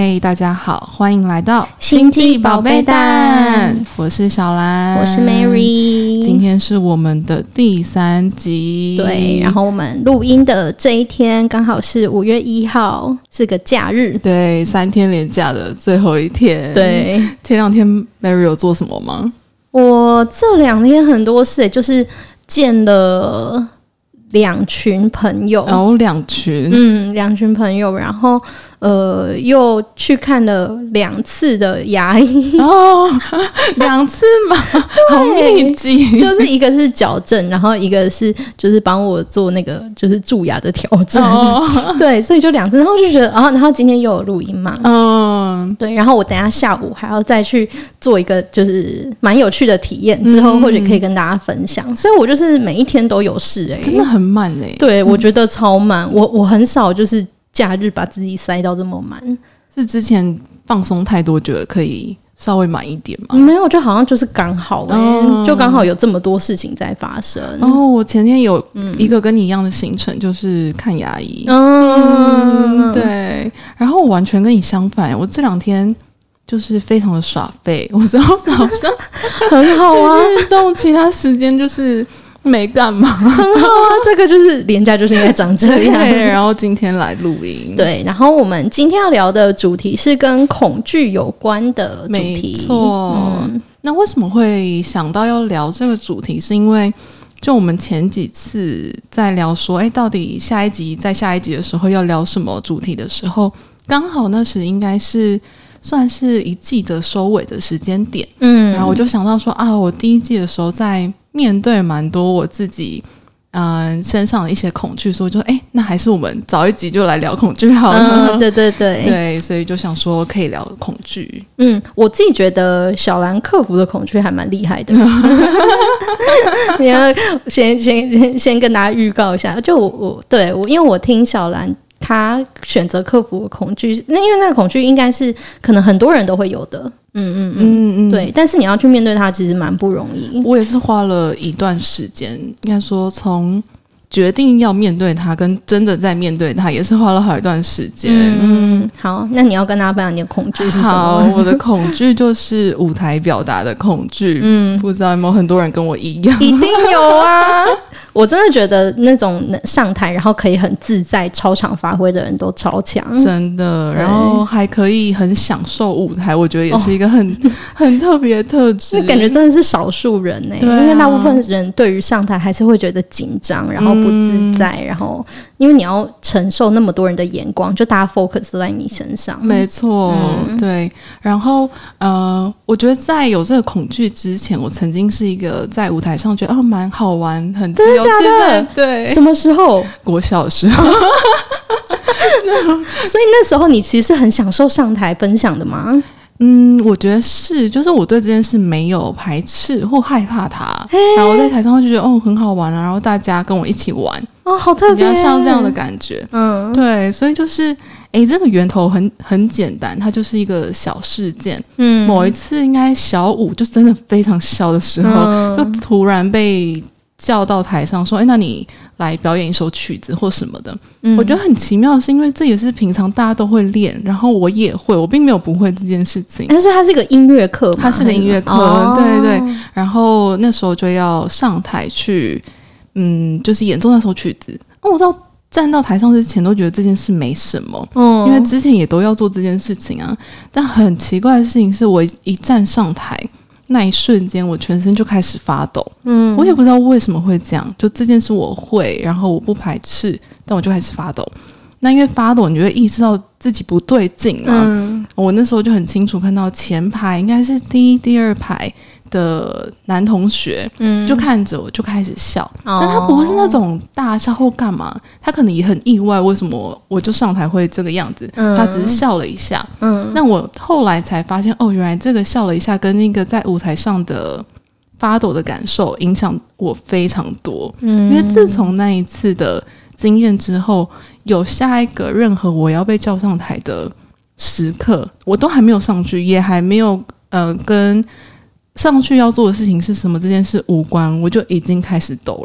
嗨，大家好，欢迎来到星际宝贝蛋， 我是小兰， 我是 Mary， 今天是我们的第3集， 对，然后我们录音的这一天刚好是5月1号，是个假日， 对，3天连假的最后一天， 对， 前2天 Mary 有做什么吗？ 我这2天很多事，就是见了2群朋友， 然后2群 ，2群朋友，然后又去看了2次的牙医哦，2次嘛，好密集， 就是一个是矫正，然后一个是就是帮我做那个就是蛀牙的调整，哦、对，所以就2次，然后就觉得，然后今天又有录音嘛，对，然后我等一下下午还要再去做一个就是蛮有趣的体验，之后或者可以跟大家分享，所以我就是每一天都有事真的很满对，我觉得超满，我很少就是假日把自己塞到这么满， 是之前放松太多，觉得可以稍微满一点吗？ 没有，就好像就是刚好就刚好有这么多事情在发生。 我前天有一个跟你一样的行程，就是看牙医。对，然后我完全跟你相反，我这2天就是非常的耍废，我只要早上很好啊， 去运动，其他时间就是没干嘛， 很好啊。这个就是连假就是应该长这样。 对，然后今天来录音。 对，然后我们今天要聊的主题是跟恐惧有关的主题。 没错。那为什么会想到要聊这个主题？是因为就我们前几次在聊说，到底下一集的时候要聊什么主题的时候，刚好那时应该是算是一季的收尾的时间点。然后我就想到说我第1季的时候在面对蛮多我自己身上的一些恐惧，所以就那还是我们早一集就来聊恐惧好了。对，所以就想说可以聊恐惧。 我自己觉得小兰克服的恐惧还蛮厉害的。你要先跟大家预告一下，就我因为我听小兰他选择克服恐惧，因为那个恐惧应该是可能很多人都会有的。对，但是你要去面对它，其实蛮不容易。 我也是花了一段时间，应该说从决定要面对它跟真的在面对它，也是花了好一段时间。 好，那你要跟大家分享你的恐惧是什么？ 好，我的恐惧就是舞台表达的恐惧。不知道有没有很多人跟我一样？ 一定有啊！我真的觉得那种上台然后可以很自在超常发挥的人都超强， 真的。然后还可以很享受舞台，我觉得也是一个很特别的特质。 感觉真的是少数人因为大部分人对于上台还是会觉得紧张，然后不自在，然后因为你要承受那么多人的眼光，就大家 focus 都在你身上。 没错，对。然后我觉得在有这个恐惧之前，我曾经是一个在舞台上觉得蛮好玩，很自由自在。对， 什么时候？ 国小的时候。 所以那时候你其实是很享受上台分享的吗？ 我觉得是，就是我对这件事没有排斥或害怕它，然后我在台上会觉得很好玩然后大家跟我一起玩， 好特别， 像这样的感觉。对，所以就是这个源头很简单，它就是一个小事件。某一次应该小5，就真的非常小的时候，就突然被叫到台上说那你来表演一首曲子或什么的。我觉得很奇妙的是，因为这也是平常大家都会练，然后我也会，我并没有不会这件事情。 但是它是一个音乐课嘛， 它是个音乐课，对。然后那时候就要上台去就是演奏那首曲子。我站到台上之前都觉得这件事没什么，因为之前也都要做这件事情啊。但很奇怪的事情是，我一站上台那一瞬间，我全身就开始发抖。我也不知道为什么会这样，就这件事我会，然后我不排斥，但我就开始发抖。那因为发抖，你就会意识到自己不对劲嘛。我那时候就很清楚看到前排应该是第1、第2排的男同学，就看着我就开始笑，但他不是那种大笑或干嘛，他可能也很意外为什么我就上台会这个样子，他只是笑了一下。那我后来才发现原来这个笑了一下跟那个在舞台上的发抖的感受影响我非常多。因为自从那一次的经验之后，有下一个任何我要被叫上台的时刻，我都还没有上去，也还没有跟上去要做的事情是什么这件事无关，我就已经开始抖了。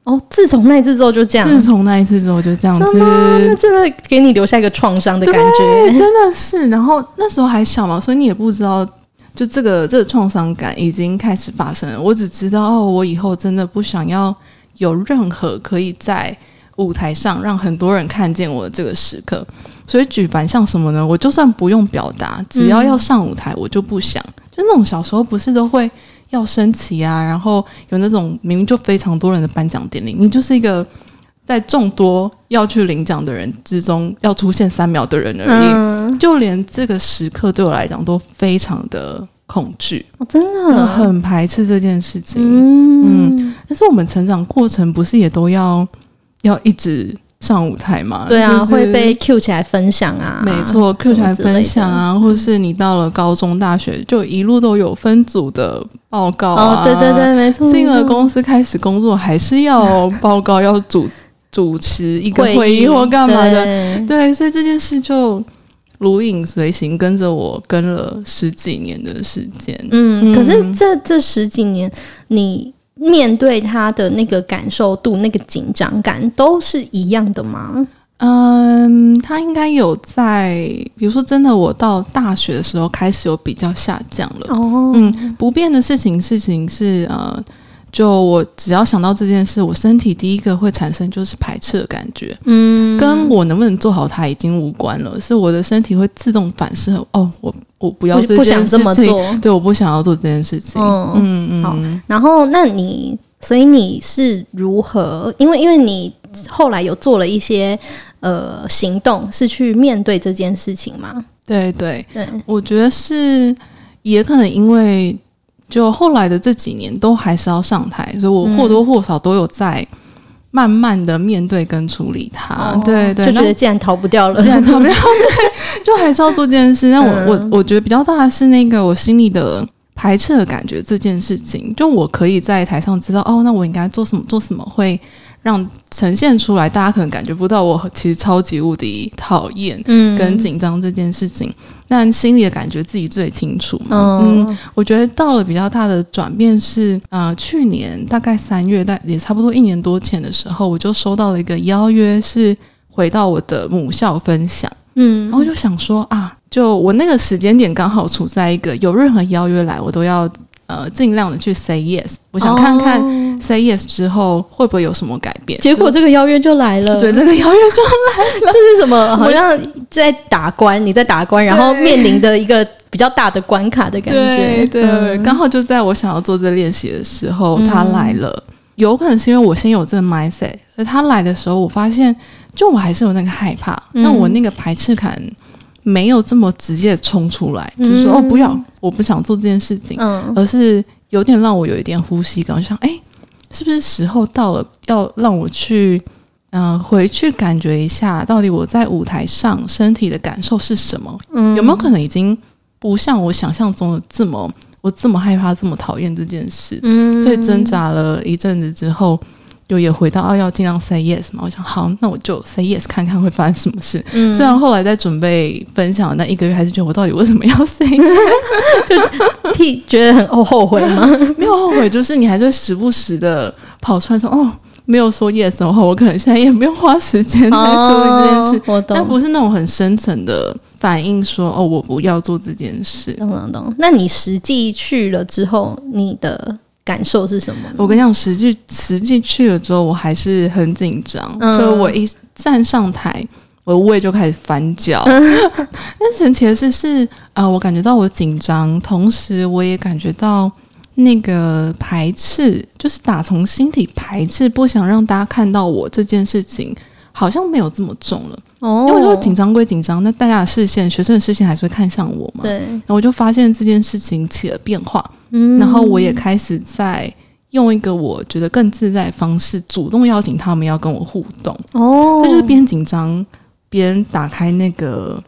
自从那一次之后就这样， 自从那一次之后就这样子， 那真的给你留下一个创伤的感觉， 真的是。然后那时候还小嘛，所以你也不知道，就这个创伤感已经开始发生了。我只知道我以后真的不想要有任何可以在舞台上让很多人看见我的这个时刻。所以举凡像什么呢？我就算不用表达，只要上舞台，我就不想。就那种小时候不是都会要升旗啊，然后有那种明明就非常多人的颁奖典礼，你就是一个在众多要去领奖的人之中要出现3秒的人而已，就连这个时刻对我来讲都非常的恐惧， 真的很排斥这件事情。但是我们成长过程不是也都要一直上舞台嘛？ 对啊，会被 Q 起来分享啊， 没错 ，Q 起来分享啊，或是你到了高中、大学，就一路都有分组的报告啊。 对对对，没错。 进了公司开始工作，还是要报告，要主持一个会议或干嘛的。对，所以这件事就如影随形，跟着我跟了10几年的时间。 可是这10几年你面对他的那个感受度、那个紧张感都是一样的吗？ 他应该有在，比如说真的我到大学的时候开始有比较下降了。不变的事情是就我只要想到这件事，我身体第一个会产生就是排斥的感觉。跟我能不能做好它已经无关了，是我的身体会自动反射。我不要这件事情， 不想这么做， 对，我不想要做这件事情。 好。然后所以你是如何？因为你后来有做了一些行动，是去面对这件事情吗？ 对，我觉得是，也可能因为就后来的这几年都还是要上台，所以我或多或少都有在慢慢的面对跟处理它。对， 就觉得既然逃不掉了， 对，就还是要做这件事。但我觉得比较大的是那个我心里的排斥的感觉这件事情，就我可以在台上知道那我应该做什么会让呈现出来，大家可能感觉不到我其实超级无敌讨厌跟紧张这件事情，但心里的感觉自己最清楚嘛。我觉得到了比较大的转变是去年大概3月，也差不多1年多前的时候，我就收到了一个邀约，是回到我的母校分享。然后就想说就我那个时间点刚好处在一个有任何邀约来，我都要尽量的去 say yes。我想看看 say yes 之后会不会有什么改变。 结果这个邀约就来了。 对，这个邀约就来了。 这是什么？好像在打关，你在打关，然后面临的一个比较大的关卡的感觉。 对，刚好就在我想要做这练习的时候，他来了。有可能是因为我先有这个 mindset， 所以他来的时候，我发现就我还是有那个害怕，那我那个排斥感没有这么直接的冲出来，就是说不要，我不想做这件事情，而是有点让我有一点呼吸感，我就想是不是时候到了，要让我去回去感觉一下，到底我在舞台上身体的感受是什么？有没有可能已经不像我想象中的我这么害怕，这么讨厌这件事？所以挣扎了一阵子之后，就也回到要尽量 say yes 嘛。我想好，那我就 say yes 看看会发生什么事。虽然后来在准备分享的那1个月，还是觉得我到底为什么要 say， 就觉得很后悔吗？ 没有后悔，就是你还是会时不时的跑出来说没有说 yes 的话，我可能现在也不用花时间来处理这件事。但不是那种很深层的反应说我不要做这件事。 懂。那你实际去了之后，你的感受是什么？ 我跟你讲，实际去了之后，我还是很紧张。就我一站上台，我的胃就开始翻搅。但神奇的是我感觉到我紧张，同时我也感觉到那个排斥，就是打从心底排斥，不想让大家看到我这件事情，好像没有这么重了。因为说紧张归紧张，那大家的视线，学生的视线还是会看向我嘛。 对， 然后我就发现这件事情起了变化。然后我也开始在用一个我觉得更自在的方式，主动邀请他们要跟我互动。这就是边紧张边打开那个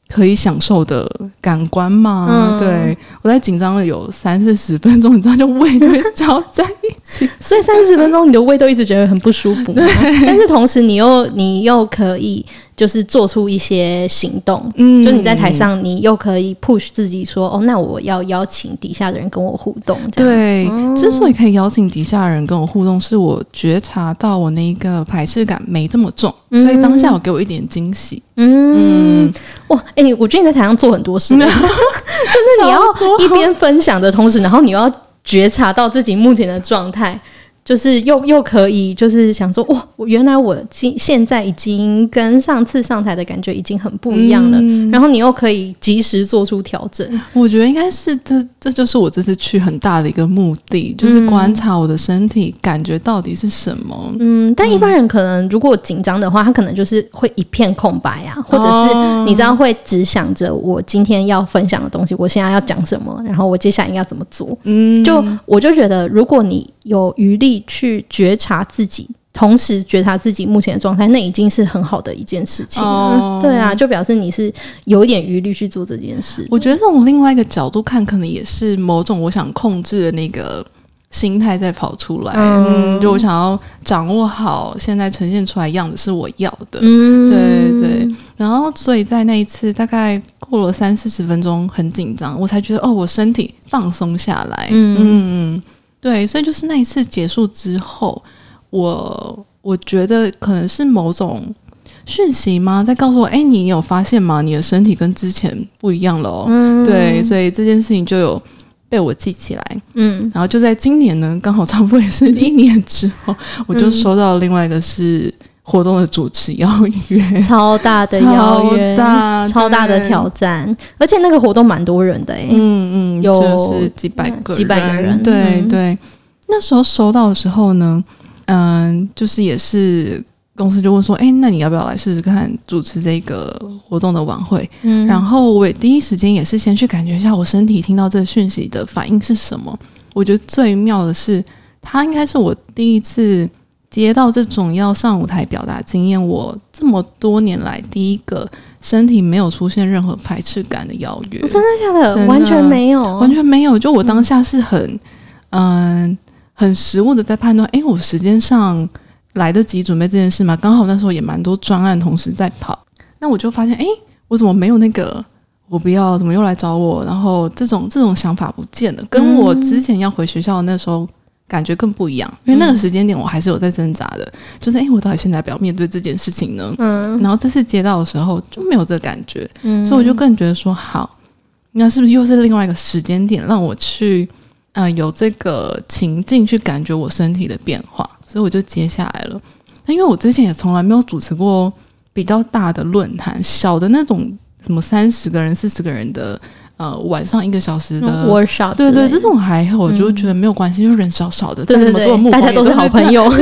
可以享受的感官嘛。对，我在紧张了有30-40分钟，你知道就胃就会交在一起， 所以30分钟你的胃都一直觉得很不舒服，但是同时你又可以就是做出一些行动，就你在台上你又可以 push 自己说那我要邀请底下的人跟我互动这样。 对，之所以可以邀请底下的人跟我互动，是我觉察到我那个排斥感没这么重，所以当下有给我一点惊喜。 哇，我觉得你在台上做很多事，就是你要一边分享的同时，然后你要觉察到自己目前的状态，就是又可以就是想说哇，原来我现在已经跟上次上台的感觉已经很不一样了，然后你又可以及时做出调整。 我觉得应该是这就是我这次去很大的一个目的，就是观察我的身体感觉到底是什么。 但一般人可能如果紧张的话，他可能就是会一片空白啊，或者是你知道会只想着我今天要分享的东西，我现在要讲什么，然后我接下来应该怎么做。我就觉得如果你有余力去觉察自己，同时觉察自己目前的状态，那已经是很好的一件事情对啊，就表示你是有一点余力去做这件事。 我觉得从另外一个角度看，可能也是某种我想控制的那个心态在跑出来。就我想要掌握好现在呈现出来样子是我要的。对对。然后所以在那一次大概过了30-40分钟很紧张，我才觉得我身体放松下来。对，所以就是那一次结束之后，我觉得可能是某种讯息吗，在告诉我你有发现吗？你的身体跟之前不一样了对，所以这件事情就有被我记起来。然后就在今年呢，刚好差不多也是1年之后，我就收到另外一个是活动的主持邀约， 超大的邀约，超大的挑战，而且那个活动蛮多人的有就是几百个人， 对对。那时候收到的时候呢，就是也是公司就问说，那你要不要来试试看主持这个活动的晚会？然后我也第一时间也是先去感觉一下我身体听到这个讯息的反应是什么。我觉得最妙的是，它应该是我第一次接到这种要上舞台表达经验，我这么多年来第一个身体没有出现任何排斥感的邀约。 真的假的？真的完全没有， 完全没有。就我当下是很实务的在判断，我时间上来得及准备这件事吗？刚好那时候也蛮多专案同时在跑，那我就发现，我怎么没有那个我不要，怎么又来找我？然后这种想法不见了，跟我之前要回学校的那时候感觉更不一样。因为那个时间点我还是有在挣扎的，就是我到底现在要不要面对这件事情呢？然后这次接到的时候就没有这个感觉，所以我就更觉得说，好，那是不是又是另外一个时间点让我去有这个情境去感觉我身体的变化，所以我就接下来了。因为我之前也从来没有主持过比较大的论坛，小的那种什么30个人、40个人的晚上1个小时的 workshop， 对对，这种还好，我就觉得没有关系，就人少少的，再怎么做目大家都是好朋友。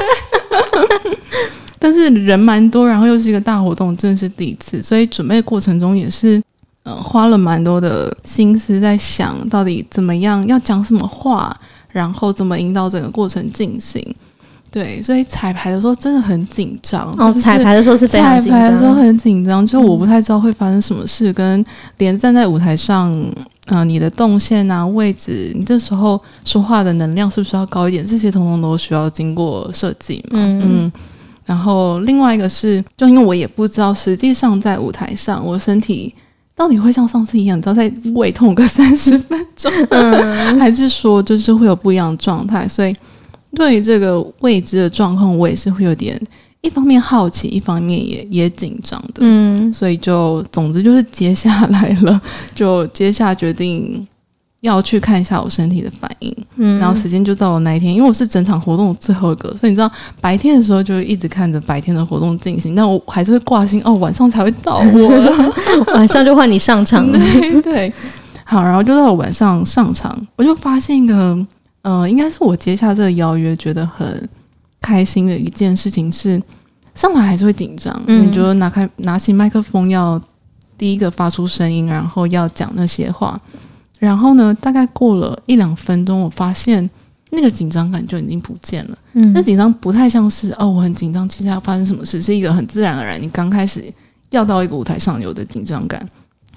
但是人蛮多，然后又是一个大活动，真的是第一次，所以准备过程中也是花了蛮多的心思在想到底怎么样要讲什么话，然后怎么引导整个过程进行。对，所以彩排的时候真的很紧张彩排的时候是非常紧张， 彩排的时候很紧张，就我不太知道会发生什么事，跟连站在舞台上你的动线啊、位置，你这时候说话的能量是不是要高一点，这些统统都需要经过设计嘛。然后另外一个是，就因为我也不知道实际上在舞台上我身体到底会像上次一样，你知道在胃痛个30分钟还是说就是会有不一样的状态，所以对于这个未知的状况我也是会有点一方面好奇，一方面也紧张的。所以就总之就是接下来了，就接下决定要去看一下我身体的反应。然后时间就到了那一天，因为我是整场活动最后一个，所以你知道白天的时候就一直看着白天的活动进行，但我还是会挂心晚上才会到我晚上就换你上场了。 对对，好，然后就到了晚上上场，我就发现一个应该是我接下这个邀约觉得很开心的一件事情是，上台还是会紧张，你就拿起麦克风要第一个发出声音，然后要讲那些话。然后呢，大概过了1-2分钟，我发现那个紧张感就已经不见了。那紧张不太像是我很紧张，接下来发生什么事，是一个很自然而然，你刚开始要到一个舞台上有的紧张感。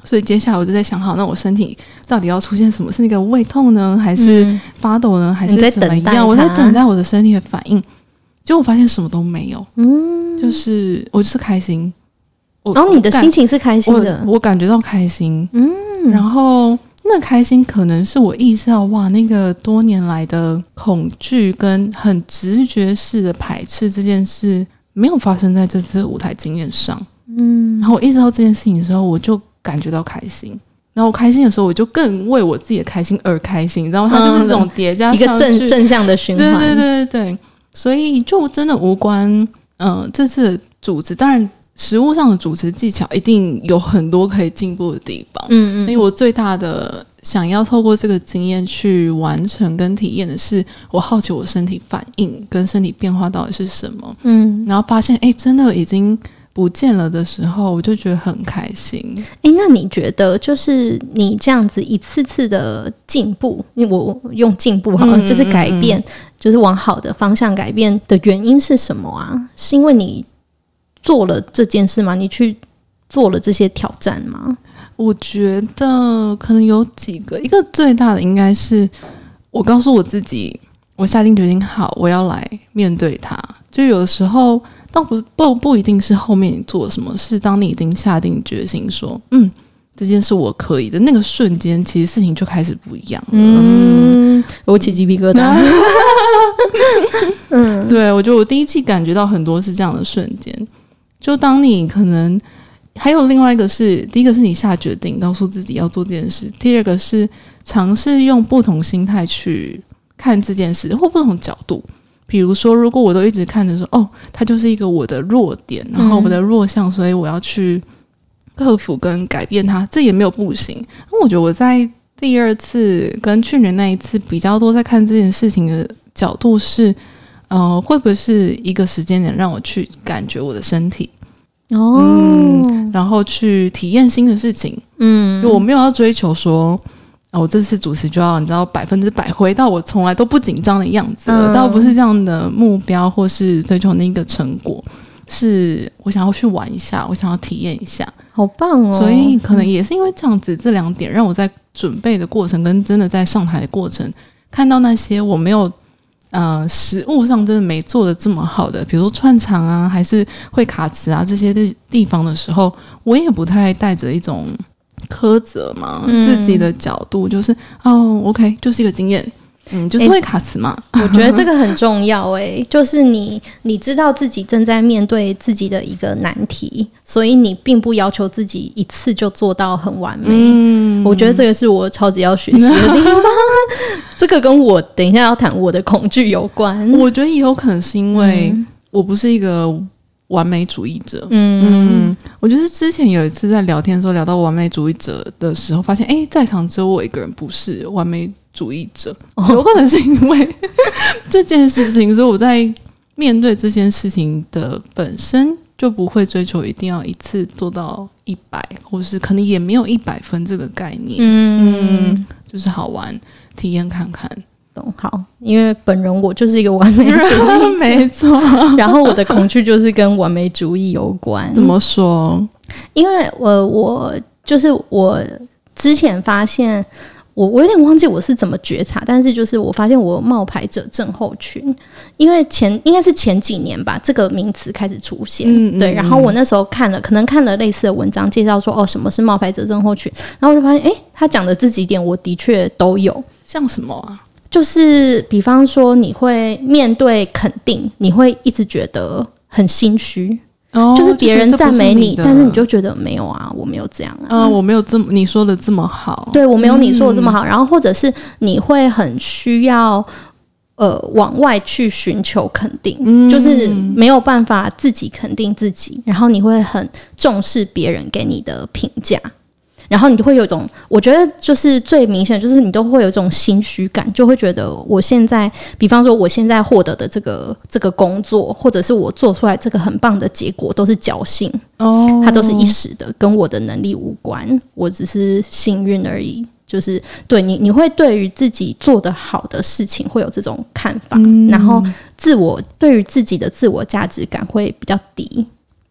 所以接下来我就在想，好，那我身体到底要出现什么？是那个胃痛呢，还是发抖呢，还是怎么样？我在等待我的身体的反应。结果我发现什么都没有，就是我就是开心。 然后你的心情是开心的， 我感觉到开心，然后那开心可能是我意识到，哇，那个多年来的恐惧跟很直觉式的排斥这件事没有发生在这次舞台经验上，然后我意识到这件事情的时候，我就感觉到开心。然后我开心的时候，我就更为我自己的开心而开心，你知道吗？它就是这种叠加上去， 一个正向的循环。 对对对对对，所以就真的无关这次的主持，当然实务上的主持技巧一定有很多可以进步的地方。因为我最大的想要透过这个经验去完成跟体验的是，我好奇我身体反应跟身体变化到底是什么。然后发现真的已经不见了的时候，我就觉得很开心。 那你觉得就是你这样子一次次的进步，因为我用进步好像就是改变，就是往好的方向改变的原因是什么啊？是因为你做了这件事吗？你去做了这些挑战吗？ 我觉得可能有几个，一个最大的应该是我告诉我自己，我下定决心，好，我要来面对它。就有的时候倒不一定是后面你做了什么事，当你已经下定决心说这件事我可以的那个瞬间，其实事情就开始不一样了。 我起鸡皮疙瘩。 对，我觉得我第一季感觉到很多是这样的瞬间。就当你可能还有另外一个是，第一个是你下决定告诉自己要做这件事，第二个是尝试用不同心态去看这件事或不同角度。比如说如果我都一直看着说它就是一个我的弱点，然后我的弱项，所以我要去克服跟改变它，这也没有不行。我觉得我在第二次跟去年那一次比较多在看这件事情的角度是会不会是一个时间点让我去感觉我的身体然后去体验新的事情。我没有要追求说我这次主持就要你知道100%回到我从来都不紧张的样子了，倒不是这样的目标或是追求那个成果，是我想要去玩一下，我想要体验一下。 好棒哦！ 所以可能也是因为这样子，这两点让我在准备的过程跟真的在上台的过程，看到那些我没有实务上真的没做的这么好的，比如说串场啊，还是会卡词啊这些地方的时候，我也不太带着一种苛责嘛，自己的角度就是OK， 就是一个经验。就是会卡词嘛。 我觉得这个很重要就是你知道自己正在面对自己的一个难题，所以你并不要求自己一次就做到很完美。我觉得这个是我超级要学习的地方。这个跟我等一下要谈我的恐惧有关。 我觉得也有可能是因为我不是一个完美主义者。我觉得之前有一次在聊天的时候聊到完美主义者的时候，发现在场只有我一个人不是完美主义者。有可能是因为这件事情，所以我在面对这件事情的本身就不会追求一定要一次做到100，或是可能也没有100分这个概念。就是好玩体验看看。 好，因为本人我就是一个完美主义者。 没错。 然后我的恐惧就是跟完美主义有关。 怎么说？ 因为我就是我之前发现我有点忘记我是怎么觉察，但是就是我发现我有冒牌者症候群，因为应该是前几年吧，这个名词开始出现。对，然后我那时候可能看了类似的文章介绍说什么是冒牌者症候群，然后我就发现他讲的这几点我的确都有。 像什么啊？就是比方说你会面对肯定，你会一直觉得很心虚。就是别人赞美你，但是你就觉得没有啊，我没有这样啊， 我没有你说的这么好。 对，我没有你说的这么好。然后或者是你会很需要往外去寻求肯定，就是没有办法自己肯定自己，然后你会很重视别人给你的评价。然后你就会有一种，我觉得就是最明显的就是你都会有一种心虚感，就会觉得我现在，比方说我现在获得的这个工作，或者是我做出来这个很棒的结果都是侥幸，它都是一时的，跟我的能力无关，我只是幸运而已。就是对你会对于自己做得好的事情会有这种看法，然后对于自己的自我价值感会比较低。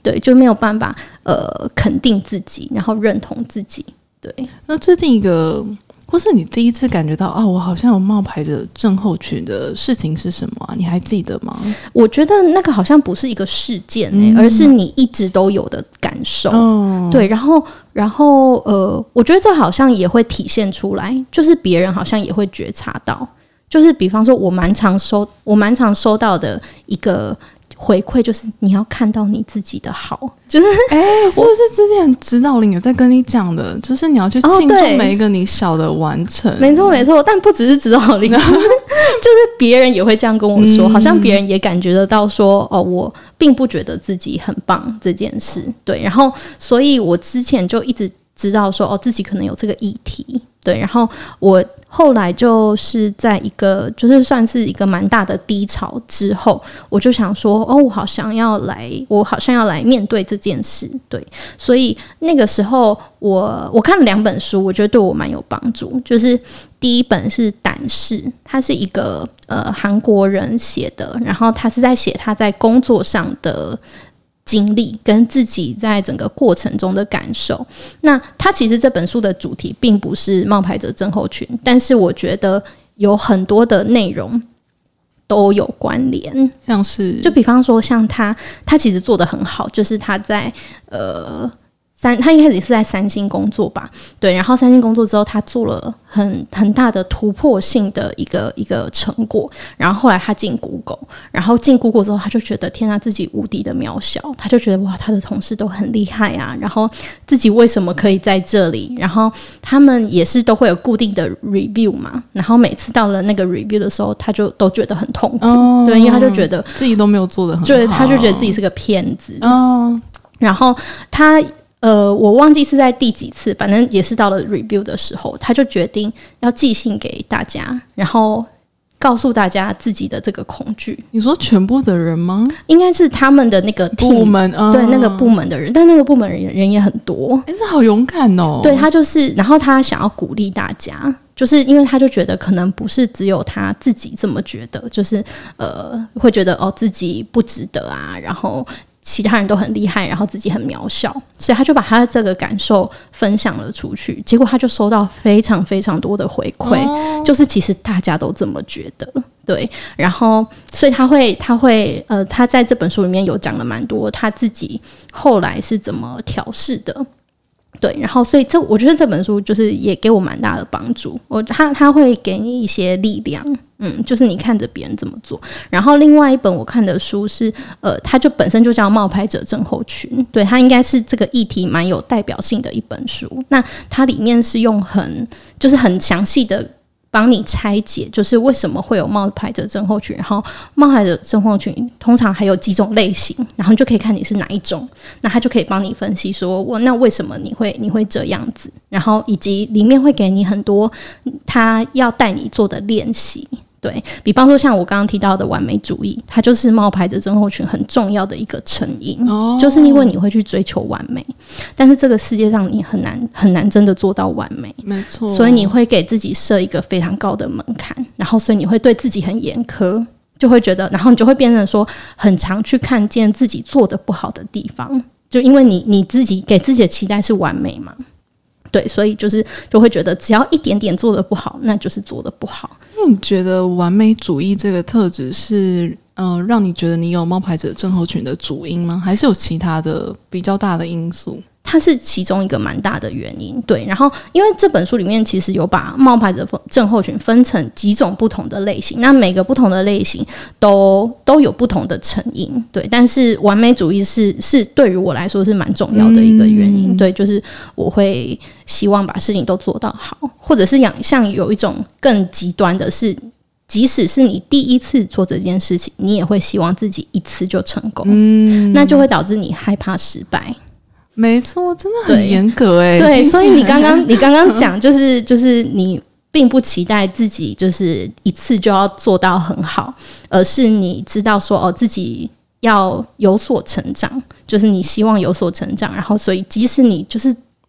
对，就没有办法肯定自己，然后认同自己。对， 那最近一个或是你第一次感觉到我好像有冒牌者症候群的事情是什么你还记得吗？ 我觉得那个好像不是一个事件而是你一直都有的感受。对，然后我觉得这好像也会体现出来，就是别人好像也会觉察到，就是比方说我蛮常收到的一个回馈，就是你要看到你自己的好，就是是不是之前指导灵有在跟你讲的，就是你要去庆祝每一个你小的完成。 没错没错，但不只是指导灵就是别人也会这样跟我说，好像别人也感觉得到说我并不觉得自己很棒这件事。对，然后所以我之前就一直知道说自己可能有这个议题。对，然后我后来就是在一个就是算是一个蛮大的低潮之后，我就想说我好像要来面对这件事。对，所以那个时候我看了2本书，我觉得对我蛮有帮助。就是第一本是胆识，他是一个韩国人写的，然后他是在写他在工作上的经历跟自己在整个过程中的感受。那他其实这本书的主题并不是冒牌者症候群，但是我觉得有很多的内容都有关联， 像是就比方说像他其实做得很好，就是他在他一开始是在三星工作吧。对，然后三星工作之后他做了很大的突破性的一个成果，然后后来他进 Google， 然后进 Google 之后他就觉得天啊，自己无敌的渺小，他就觉得哇，他的同事都很厉害啊，然后自己为什么可以在这里，然后他们也是都会有固定的 review 嘛，然后每次到了那个 review 的时候他就都觉得很痛苦。对，因为他就觉得自己都没有做得很好， 对，他就觉得自己是个骗子。然后我忘记是在第几次，反正也是到了 review 的时候，他就决定要寄信给大家，然后告诉大家自己的这个恐惧。你说全部的人吗？ 应该是他们的那个 team, 部门， 对，那个部门的人，但那个部门人也很多。 这好勇敢哦。 对，他就是，然后他想要鼓励大家，就是因为他就觉得可能不是只有他自己这么觉得，就是会觉得自己不值得啊，然后其他人都很厉害，然后自己很渺小，所以他就把他的这个感受分享了出去，结果他就收到非常非常多的回馈，就是其实大家都这么觉得。对，然后所以他在这本书里面有讲了蛮多他自己后来是怎么调试的。对，然后所以我觉得这本书就是也给我蛮大的帮助。他会给你一些力量，就是你看着别人怎么做。然后另外一本我看的书是它就本身就叫冒牌者症候群，对，它应该是这个议题蛮有代表性的一本书。那它里面是用很详细的帮你拆解，就是为什么会有冒牌者症候群，然后冒牌者症候群通常还有几种类型，然后你就可以看你是哪一种，那他就可以帮你分析说那为什么你会这样子，然后以及里面会给你很多他要带你做的练习。对，比方说像我刚刚提到的完美主义，它就是冒牌者症候群很重要的一个成因，就是因为你会去追求完美，但是这个世界上你很难真的做到完美， 没错， 所以你会给自己设一个非常高的门槛，然后所以你会对自己很严苛，就会觉得，然后你就会变成说很常去看见自己做的不好的地方，就因为你自己给自己的期待是完美嘛。对，所以就会觉得只要一点点做的不好，那就是做的不好。 你觉得完美主义这个特质是让你觉得你有冒牌者症候群的主因吗？还是有其他的比较大的因素？ 它是其中一个蛮大的原因。对，然后因为这本书里面其实有把冒牌者症候群分成几种不同的类型，那每个不同的类型都有不同的成因。对，但是完美主义是对于我来说是蛮重要的一个原因。对，就是我会希望把事情都做到好，或者是像有一种更极端的是，即使是你第一次做这件事情，你也会希望自己一次就成功，那就会导致你害怕失败。 没错，真的很严格欸。 对，所以你刚刚讲就是你并不期待自己就是一次就要做到很好，而是你知道说自己要有所成长，就是你希望有所成长，然后所以即使你就是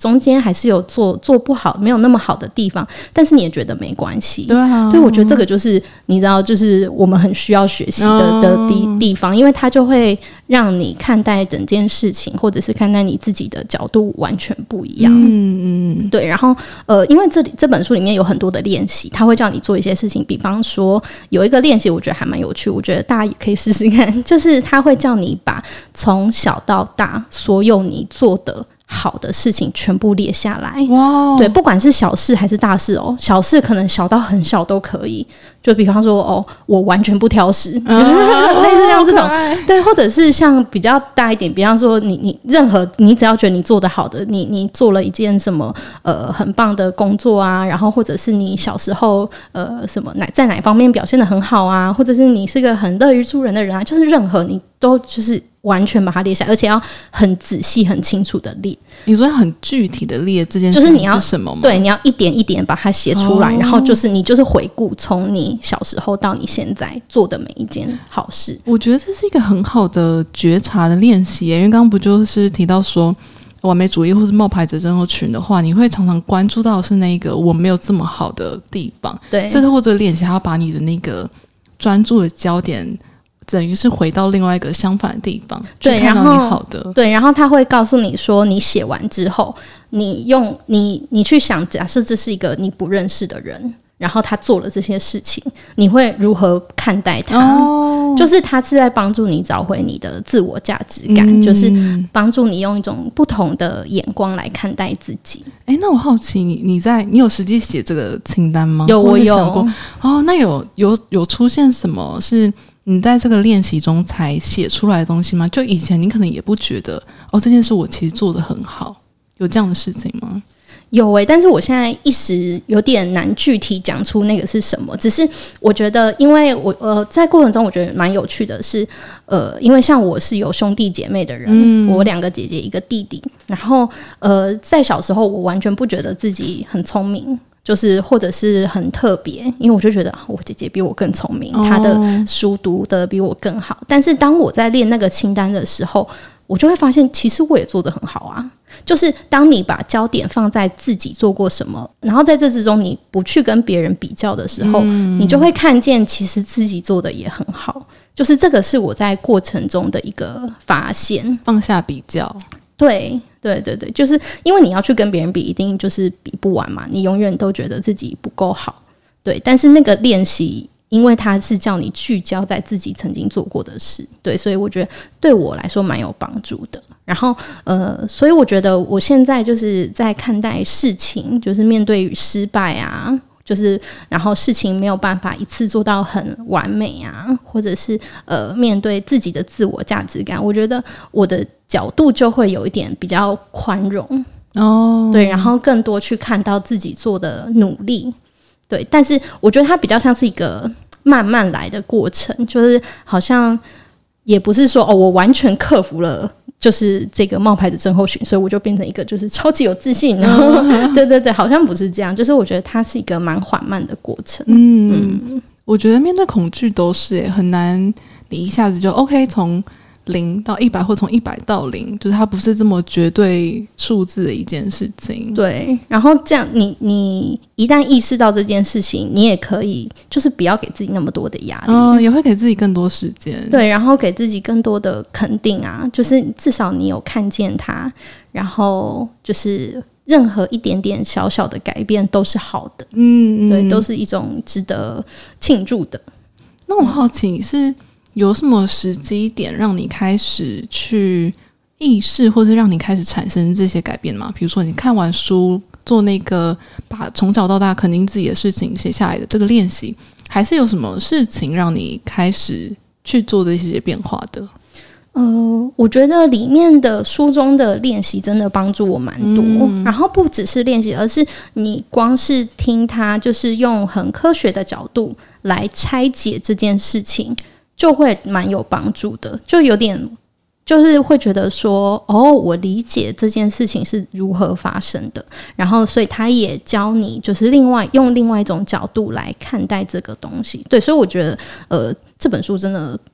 中间还是有做不好没有那么好的地方，但是你也觉得没关系。 对啊， 对，我觉得这个就是你知道就是我们很需要学习的地方，因为它就会让你看待整件事情或者是看待你自己的角度完全不一样。对，然后因为这本书里面有很多的练习，它会叫你做一些事情，比方说有一个练习我觉得还蛮有趣，我觉得大家也可以试试看，就是它会叫你把从小到大所有你做的好的事情全部列下来。哇，对，不管是小事还是大事哦，小事可能小到很小都可以，就比方说我完全不挑食，类似像这种，对，或者是像比较大一点，比方说你任何你只要觉得你做得好的，你做了一件什么很棒的工作啊，然后或者是你小时候什么在哪方面表现得很好啊，或者是你是个很乐于助人的人啊，就是任何你都就是完全把它列下来，而且要很仔细很清楚的列。 你说很具体的列这件事情是什么吗？ 对，你要一点一点把它写出来，然后就是你就是回顾从你小时候到你现在做的每一件好事。 我觉得这是一个很好的觉察的练习耶，因为刚刚不就是提到说完美主义或是冒牌者症候群的话，你会常常关注到的是那个我没有这么好的地方。对，所以透过这个练习，它要把你的那个专注的焦点等于是回到另外一个相反的地方， 对， 看到你好的， 对，然后他会告诉你说，你写完之后，你去想，假设这是一个你不认识的人，然后他做了这些事情，你会如何看待他？就是他是在帮助你找回你的自我价值感，就是帮助你用一种不同的眼光来看待自己。 那我好奇你有实际写这个清单吗？ 有，我有想过。那有出现什么是你在这个练习中才写出来的东西吗？就以前你可能也不觉得这件事我其实做得很好，有这样的事情吗？ 有但是我现在一时有点难具体讲出那个是什么。只是我觉得，因为我在过程中我觉得蛮有趣的是，因为像我是有兄弟姐妹的人，我2个姐姐1个弟弟，然后在小时候我完全不觉得自己很聪明。就是或者是很特别，因为我就觉得我姐姐比我更聪明，她的书读得比我更好。但是当我在练那个清单的时候，我就会发现其实我也做得很好啊。就是当你把焦点放在自己做过什么，然后在这之中你不去跟别人比较的时候，你就会看见其实自己做的也很好。就是这个是我在过程中的一个发现， 放下比较。 对，就是因为你要去跟别人比，一定就是比不完嘛，你永远都觉得自己不够好。对，但是那个练习，因为它是叫你聚焦在自己曾经做过的事，对，所以我觉得对我来说蛮有帮助的。然后所以我觉得我现在就是在看待事情，就是面对于失败啊，就是然后事情没有办法一次做到很完美啊，或者是面对自己的自我价值感，我觉得我的角度就会有一点比较宽容对，然后更多去看到自己做的努力，对，但是我觉得它比较像是一个慢慢来的过程，就是好像也不是说我完全克服了就是这个冒牌者症候群，所以我就变成一个就是超级有自信，然后对，好像不是这样，就是我觉得它是一个蛮缓慢的过程。 我觉得面对恐惧都是很难，你一下子就 OK 从0到100或从100到0，就是它不是这么绝对数字的一件事情。 对，然后这样你一旦意识到这件事情，你也可以就是不要给自己那么多的压力， 也会给自己更多时间。 对，然后给自己更多的肯定啊，就是至少你有看见它，然后就是任何一点点小小的改变都是好的。对，都是一种值得庆祝的。 那我好奇是有什么时机点让你开始去意识，或者让你开始产生这些改变吗？比如说你看完书做那个把从小到大肯定自己的事情写下来的这个练习，还是有什么事情让你开始去做这些变化的？ 我觉得里面的书中的练习真的帮助我蛮多，然后不只是练习，而是你光是听他就是用很科学的角度来拆解这件事情，就会蛮有帮助的，就有点就是会觉得说我理解这件事情是如何发生的，然后所以他也教你就是用另外一种角度来看待这个东西。对，所以我觉得这本书真的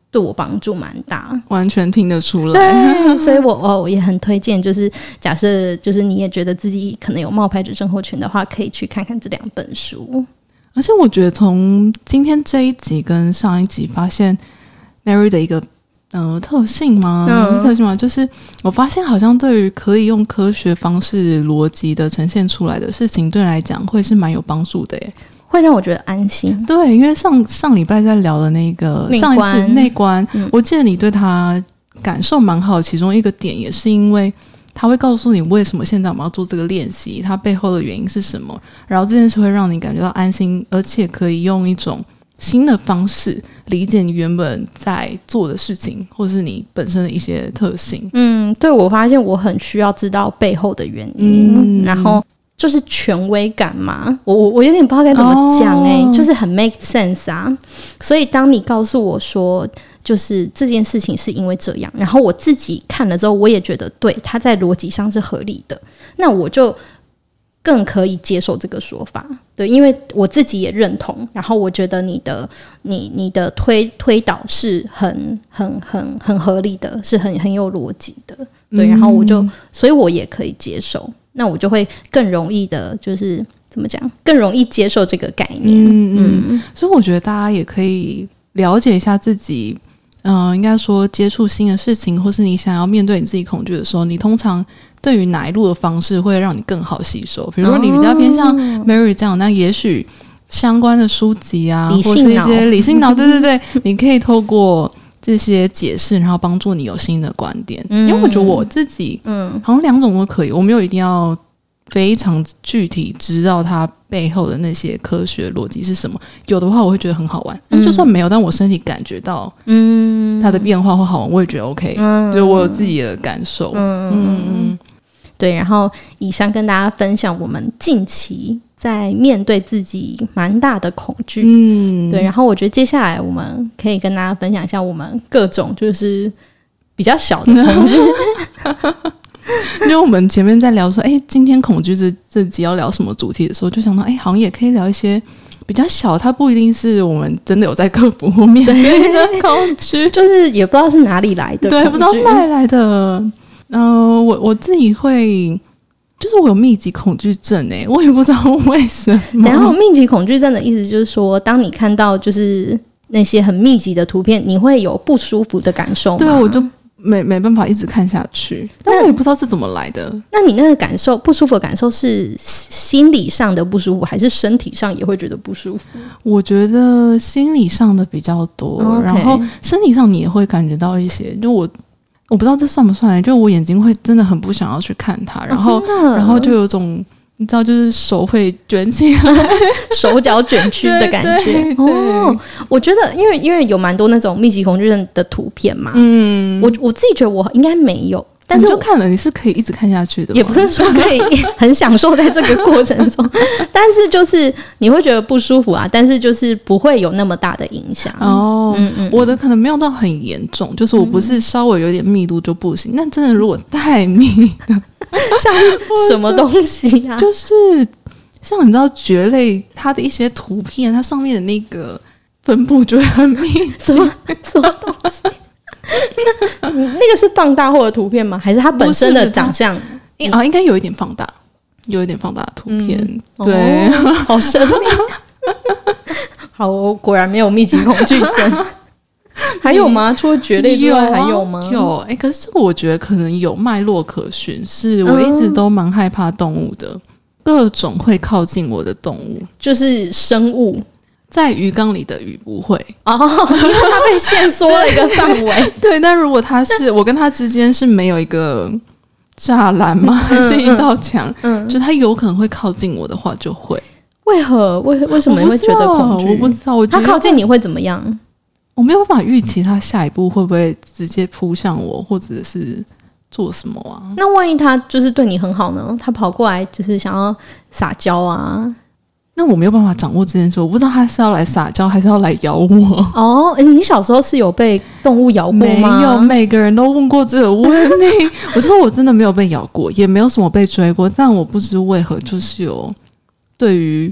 对我帮助蛮大， 完全听得出来。 对，所以我也很推荐，就是假设就是你也觉得自己可能有冒牌者症候群的话，可以去看看这2本书。 而且我觉得从今天这一集跟上一集发现 Mary 的一个特性吗？是特性吗？就是我发现好像对于可以用科学方式逻辑的呈现出来的事情，对你来讲会是蛮有帮助的耶， 会让我觉得安心。 对，因为上礼拜在聊的那个上一次内观，我记得你对他感受蛮好的，其中一个点也是因为他会告诉你为什么现在我们要做这个练习，它背后的原因是什么，然后这件事会让你感觉到安心，而且可以用一种新的方式理解你原本在做的事情，或是你本身的一些特性。 对，我发现我很需要知道背后的原因，然后就是权威感嘛，我有点不知道该怎么讲就是很 make sense 啊。所以当你告诉我说就是这件事情是因为这样，然后我自己看了之后我也觉得对，它在逻辑上是合理的，那我就更可以接受这个说法。对，因为我自己也认同，然后我觉得你的推导是很合理的，是很有逻辑的。对，然后所以我也可以接受，那我就会更容易的就是怎么讲，更容易接受这个概念。 所以我觉得大家也可以了解一下自己应该说接触新的事情，或是你想要面对你自己恐惧的时候，你通常对于哪一路的方式会让你更好吸收。比如说你比较偏向 Mary 这样，那也许相关的书籍啊，或是一些理性脑对你可以透过这些解释，然后帮助你有新的观点。因为我觉得我自己好像2种都可以，我没有一定要非常具体知道它背后的那些科学逻辑是什么，有的话我会觉得很好玩，但就算没有，但我身体感觉到它的变化或好玩，我也觉得 OK，就是我有自己的感受。 对，然后以上跟大家分享我们近期在面对自己蛮大的恐惧。对，然后我觉得接下来我们可以跟大家分享一下我们各种就是比较小的恐惧。 因为我们前面在聊说今天恐惧这集要聊什么主题的时候，就想到好像也可以聊一些比较小，它不一定是我们真的有在克服或面对的恐惧， 就是也不知道是哪里来的， 对，不知道是哪里来的。我自己会，就是我有密集恐惧症我也不知道为什么。 然后密集恐惧症的意思就是说，当你看到就是那些很密集的图片，你会有不舒服的感受吗？ 对，我就没办法一直看下去，但我也不知道是怎么来的。 那你那个感受不舒服的感受是心理上的不舒服，还是身体上也会觉得不舒服？ 我觉得心理上的比较多，然后身体上你也会感觉到一些，就我不知道这算不算，就我眼睛会真的很不想要去看它，然后就有种你知道，就是手会卷起来， 手脚卷曲的感觉。我觉得因为有蛮多那种密集恐惧症的图片嘛，我自己觉得我应该没有。但是你就看了，你是可以一直看下去的吗？ 也不是说可以很享受在这个过程中，但是就是你会觉得不舒服啊，但是就是不会有那么大的影响。 我的可能没有到很严重，就是我不是稍微有点密度就不行，那真的如果太密像是什么东西啊？ 就是像你知道蕨类它的一些图片，它上面的那个分布就会很密集。 什么东西？那个是放大后的图片吗？还是它本身的长相？ 应该有一点放大，有一点放大的图片。对， 好神秘。好，我果然没有密集恐惧症。还有吗？除了蕨类之外还有吗？ 有可是这个我觉得可能有脉络可循，是我一直都蛮害怕动物的，各种会靠近我的动物， 就是生物。 在鱼缸里的鱼不会因为它被限缩了一个范围。 对，但如果它是我跟它之间是没有一个栅栏吗？还是一道墙？就它有可能会靠近我的话，就会。 为何？为什么你会觉得恐惧？ 我不知道。我觉得它靠近你会怎么样？ 我没有办法预期它下一步会不会直接扑向我，或者是做什么啊？ 那万一它就是对你很好呢？它跑过来就是想要撒娇啊？ 那我没有办法掌握这件事，我不知道他是要来撒娇还是要来咬我。 你小时候是有被动物咬过吗？ 没有，每个人都问过这个问题。我就说我真的没有被咬过，也没有什么被追过，但我不知为何就是有对于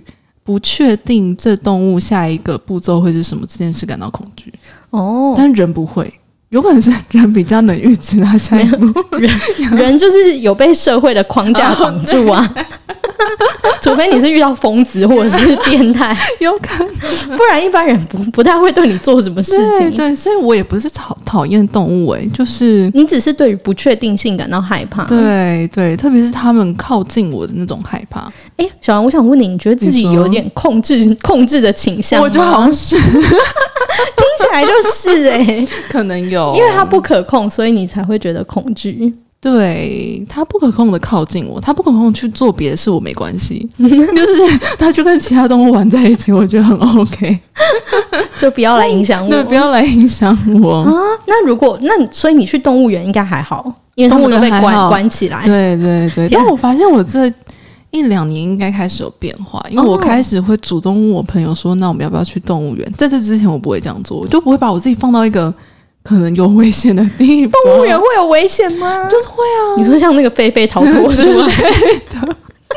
不确定这动物下一个步骤会是什么这件事感到恐惧。但人不会，有可能是人比较能预知它下一步。 人就是有被社会的框架绑住啊。除非你是遇到疯子或者是变态， 有可能， 不然一般人不太会对你做什么事情。 对，所以我也不是讨厌动物就是你只是对于不确定性感到害怕。 对，特别是他们靠近我的那种害怕。 小兰，我想问你，你觉得自己有点控制的倾向吗？ 我觉得好像是，听起来就是可能有， 因为它不可控，所以你才会觉得恐惧。 对，他不可控的靠近我，他不可控去做别的事我没关系，就是他去跟其他动物玩在一起，我觉得很 OK， 就不要来影响我。 对，不要来影响我啊。那所以你去动物园应该还好，因为他们都被关起来。 对，但我发现我这1-2年应该开始有变化，因为我开始会主动问我朋友说，那我们要不要去动物园？在这之前我不会这样做，我就不会把我自己放到一个可能有危险的地方。 动物园会有危险吗？ 就是会啊。 你说像那个狒狒逃脱之类的。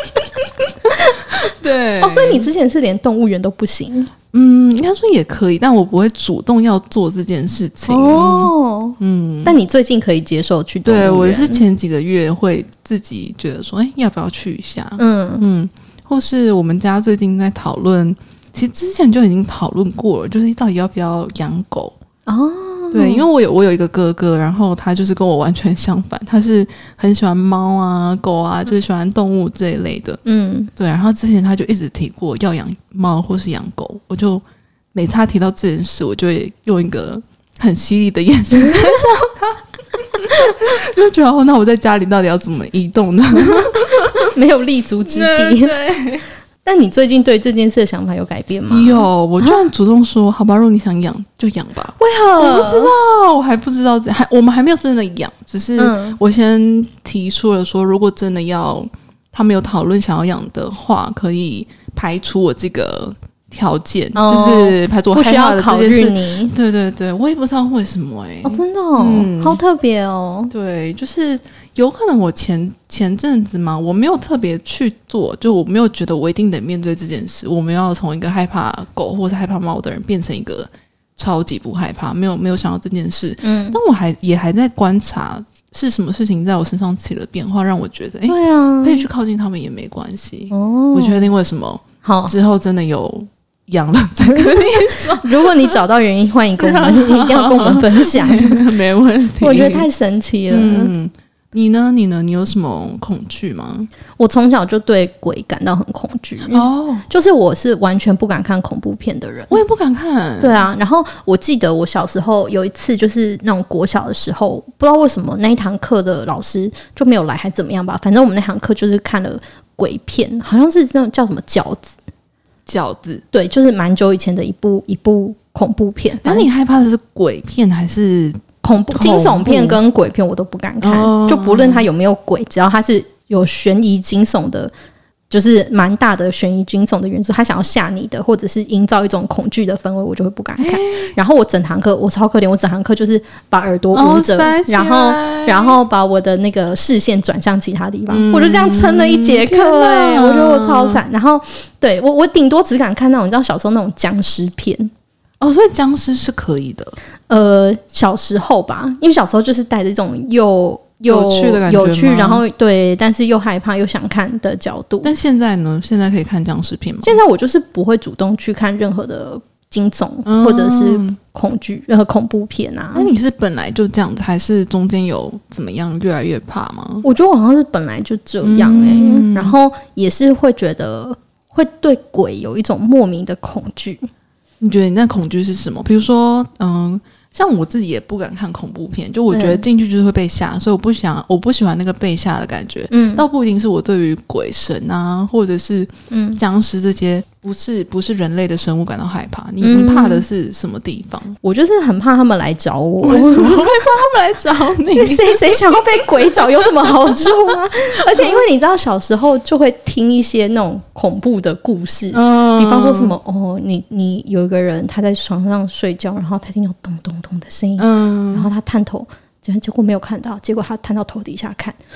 对。 所以你之前是连动物园都不行？ 应该说也可以，但我不会主动要做这件事情。 但你最近可以接受去动物园？ 对，我是前几个月会自己觉得说，要不要去一下？或是我们家最近在讨论，其实之前就已经讨论过了，就是到底要不要养狗。对，因为我有一个哥哥，然后他就是跟我完全相反，他是很喜欢猫啊、狗啊，就是喜欢动物这一类的。对，然后之前他就一直提过要养猫或是养狗，我就每次他提到这件事，我就会用一个很犀利的眼神看向他，就觉得那我在家里到底要怎么移动呢？ 没有立足之地。对。但你最近对这件事的想法有改变吗？ 有，我居然主动说，好吧，如果你想养就养吧。 为何？ 我不知道，我还不知道，我们还没有真的养，只是我先提出了说，如果真的要他们有讨论想要养的话，可以排除我这个条件，就是排除我害怕的这件事。 你对，我也不知道为什么真的好特别哦。 对，就是有可能我前阵子嘛，我没有特别去做，就我没有觉得我一定得面对这件事，我们要从一个害怕狗或是害怕猫的人变成一个超级不害怕，没有想到这件事。但我也还在观察是什么事情在我身上起了变化，让我觉得对啊，可以去靠近他们也没关系。我确定为什么好之后真的有养了再跟你说。 如果你找到原因，欢迎跟我们一定要跟我们分享。 没问题， 我觉得太神奇了。 你呢？你有什么恐惧吗？ 我从小就对鬼感到很恐惧就是我是完全不敢看恐怖片的人。 我也不敢看。 对啊，然后我记得我小时候有一次，就是那种国小的时候，不知道为什么那一堂课的老师就没有来，还怎么样吧？反正我们那堂课就是看了鬼片，好像是那种叫什么饺子，对，就是蛮久以前的一部恐怖片。 那你害怕的是鬼片还是恐怖？惊悚片跟鬼片我都不敢看，就不论它有没有鬼，只要它是有悬疑惊悚的，就是蛮大的悬疑惊悚的元素，他想要吓你的，或者是营造一种恐惧的氛围，我就会不敢看。然后我整堂课我超可怜，我整堂课就是把耳朵捂着，然后把我的那个视线转向其他地方，我就这样撑了一节课。我觉得我超惨。然后对我顶多只敢看那种你知道小时候那种僵尸片。 所以僵尸是可以的。 小时候吧，因为小时候就是带着这种有趣的感觉， 有趣，然后对，但是又害怕又想看的角度。 但现在呢？现在可以看僵尸片吗？ 现在我就是不会主动去看任何的惊悚或者是恐惧任何恐怖片啊。 那你是本来就这样子，还是中间有怎么样越来越怕吗？ 我觉得我好像是本来就这样然后也是会觉得会对鬼有一种莫名的恐惧。 你觉得你那恐惧是什么？比如说像我自己也不敢看恐怖片，就我觉得进去就是会被吓，所以我不喜欢那个被吓的感觉。倒不一定是我对于鬼神啊，或者是僵尸这些不是人类的生物感到害怕。你怕的是什么地方？ 我就是很怕他们来找我。 为什么会怕他们来找你？ 谁想要被鬼找有什么好处啊？而且因为你知道小时候就会听一些那种恐怖的故事，比方说什么你有一个人他在床上睡觉，然后他听到咚咚咚的声音，然后他探头，结果没有看到，结果他探到头底下看，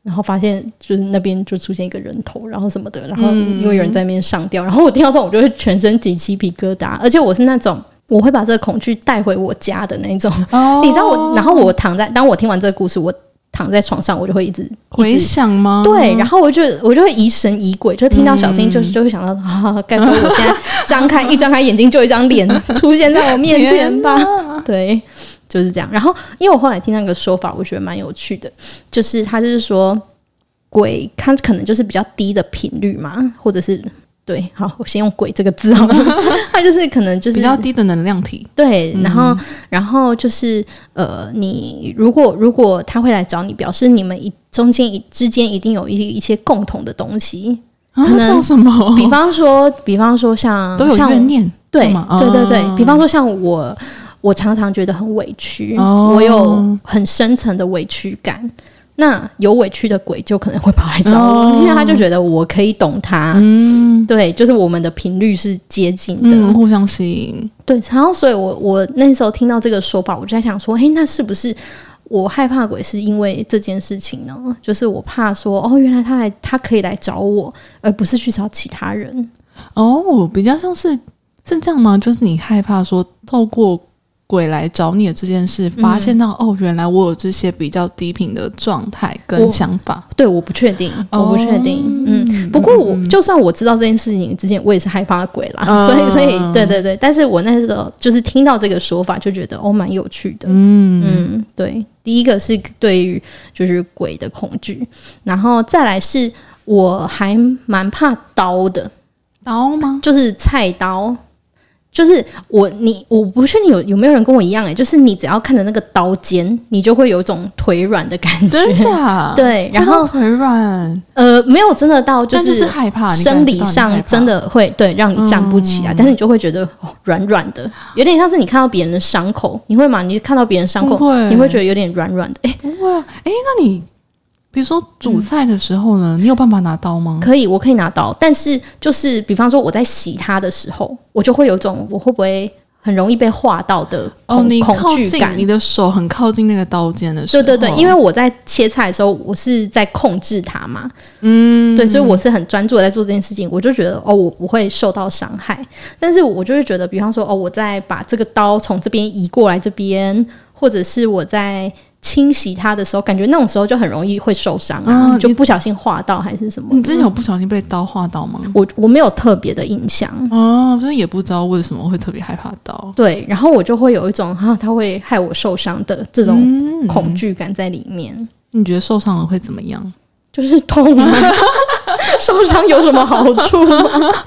然后发现就是那边就出现一个人头，然后什么的，然后因为有人在那边上吊，然后我听到这种我就会全身起鸡皮疙瘩，而且我是那种我会把这个恐惧带回我家的那种。你知道我，然后我当我听完这个故事，我躺在床上，我就会一直回想吗？ 对，然后我就会疑神疑鬼，就听到小声音就会想到该不会我现在一张开眼睛就有一张脸出现在我面前吧？对，就是这样。然后因为我后来听那个说法，我觉得蛮有趣的，就是他就是说鬼它可能就是比较低的频率嘛，或者是对，好，我先用鬼这个字好了。它就是可能就是比较低的能量体， 对，然后就是你如果他会来找你，表示你们中间之间一定有一些共同的东西，可能像什么？ 比方说像都有怨念， 对，比方说像我常常觉得很委屈，我有很深层的委屈感。那有委屈的鬼就可能会跑来找我，因为他就觉得我可以懂他，对，就是我们的频率是接近的， 互相吸引。对， 然后所以我那时候听到这个说法，我就在想说，那是不是我害怕鬼是因为这件事情呢？就是我怕说，原来他可以来找我，而不是去找其他人。 比较像是这样吗？就是你害怕说透过鬼来找你的这件事，发现到原来我有这些比较低频的状态跟想法。 对，我不确定，不过就算我知道这件事情之前，我也是害怕鬼啦，所以对，但是我那时候就是听到这个说法，就觉得蛮有趣的。对，第一个是对于就是鬼的恐惧，然后再来是我还蛮怕刀的。 刀吗？ 就是菜刀。就是我不确定有没有人跟我一样就是你只要看着那个刀尖，你就会有一种腿软的感觉。 真假？ 对，然后腿软， 没有真的到就是害怕， 生理上真的会对让你站不起来，但是你就会觉得软软的，有点像是你看到别人的伤口，你会吗？你看到别人伤口，你会觉得有点软软的。 不会啊，那你比如说煮菜的时候呢，你有办法拿刀吗？ 可以，我可以拿刀，但是就是比方说我在洗它的时候，我就会有种我会不会很容易被划到的恐惧感。 你的手很靠近那个刀尖的时候， 对，因为我在切菜的时候，我是在控制它嘛，对，所以我是很专注的在做这件事情，我就觉得我不会受到伤害，但是我就会觉得，比方说我在把这个刀从这边移过来这边，或者是我在清洗它的时候，感觉那种时候就很容易会受伤就不小心划到还是什么。 你之前有不小心被刀划到吗？ 我没有特别的印象所以也不知道为什么会特别害怕刀。 对，然后我就会有一种它会害我受伤的这种恐惧感在里面。 你觉得受伤了会怎么样？ 就是痛啊受伤有什么好处吗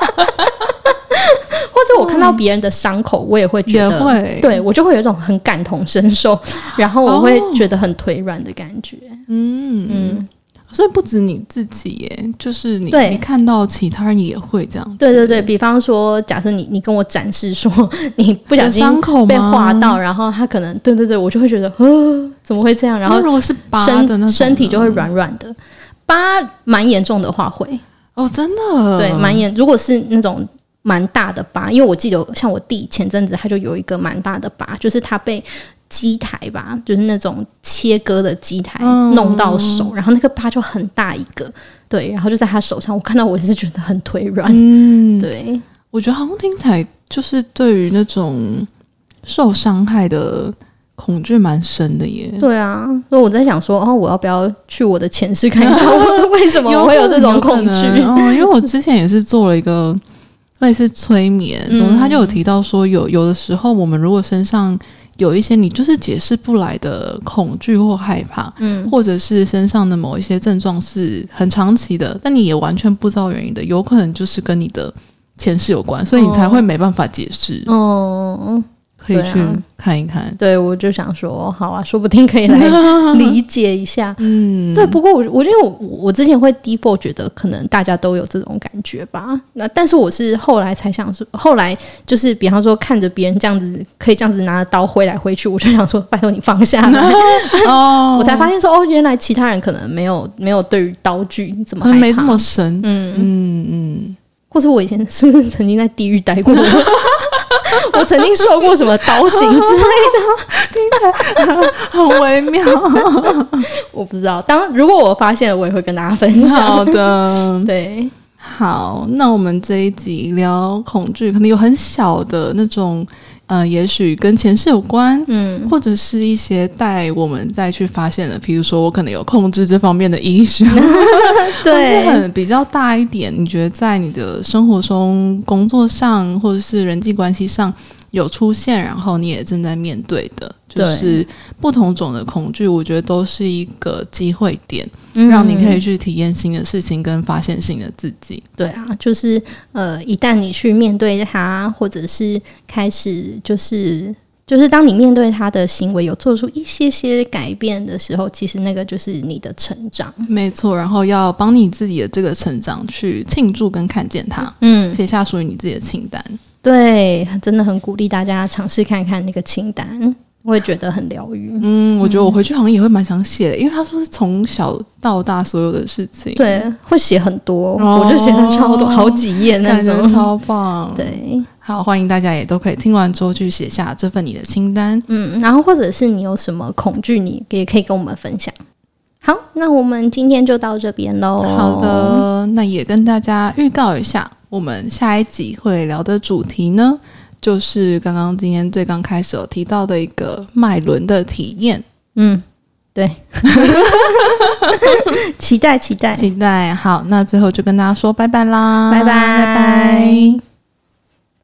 或者我看到别人的伤口，我也会觉得，对，我就会有一种很感同身受，然后我会觉得很腿软的感觉。 所以不止你自己耶，就是你看到其他人也会这样。 对，比方说，假设你跟我展示说你不小心被划到，然后他可能对，我就会觉得怎么会这样？然后如果是疤的那种， 身体就会软软的。疤蛮严重的话会真的对蛮严，如果是那种蛮大的疤，因为我记得像我弟前阵子他就有一个蛮大的疤，就是他被机台吧，就是那种切割的机台弄到手，然后那个疤就很大一个，对，然后就在他手上，我看到我也是觉得很腿软。对， 我觉得好像听起来就是对于那种受伤害的恐惧蛮深的耶。 对啊，所以我在想说我要不要去我的前世看一下为什么我会有这种恐惧因为我之前也是做了一个类似催眠，总之他就有提到说有的时候我们如果身上有一些你就是解释不来的恐惧或害怕，或者是身上的某一些症状是很长期的，但你也完全不知道原因的，有可能就是跟你的前世有关，所以你才会没办法解释。可以去看一看。 对，我就想说好啊，说不定可以来理解一下。对，不过我觉得我之前会 default 觉得可能大家都有这种感觉吧，那但是我是后来才想说，后来就是比方说看着别人这样子可以这样子拿着刀挥来挥去，我就想说拜托你放下来我才发现说原来其他人可能没有对于刀具这么害怕， 没这么深。 或是我以前是不是曾经在地狱待过我曾经受过什么刀刑之类听起来很微妙。 我不知道，如果我发现了，我也会跟大家分享。 好的， 对。 好，那我们这一集聊恐惧，可能有很小的那种，也许跟前世有关，或者是一些带我们再去发现的，比如说我可能有控制这方面的医学，对，或是很比较大一点，你觉得在你的生活中、工作上或者是人际关系上有出现，然后你也正在面对的，就是不同种的恐惧，我觉得都是一个机会点，让你可以去体验新的事情跟发现新的自己。 对啊，就是一旦你去面对它，或者是开始就是当你面对他的行为有做出一些改变的时候，其实那个就是你的成长。 没错，然后要帮你自己的这个成长去庆祝跟看见它，写下属于你自己的清单。对， 真的很鼓励大家尝试看看那个清单，我也觉得很疗愈。 我觉得我回去好像也会蛮想写的，因为他说是从小到大所有的事情， 对，会写很多，我就写了超多，好几页那种， 感觉超棒。 对， 好，欢迎大家也都可以听完之后去写下这份你的清单。 然后或者是你有什么恐惧，你也可以跟我们分享。好，那我们今天就到这边咯。 好的，那也跟大家预告一下，我们下一集会聊的主题呢，就是刚刚今天最刚开始有提到的一个脉轮的体验。 对，期待。 好，那最后就跟大家说拜拜啦， 拜拜。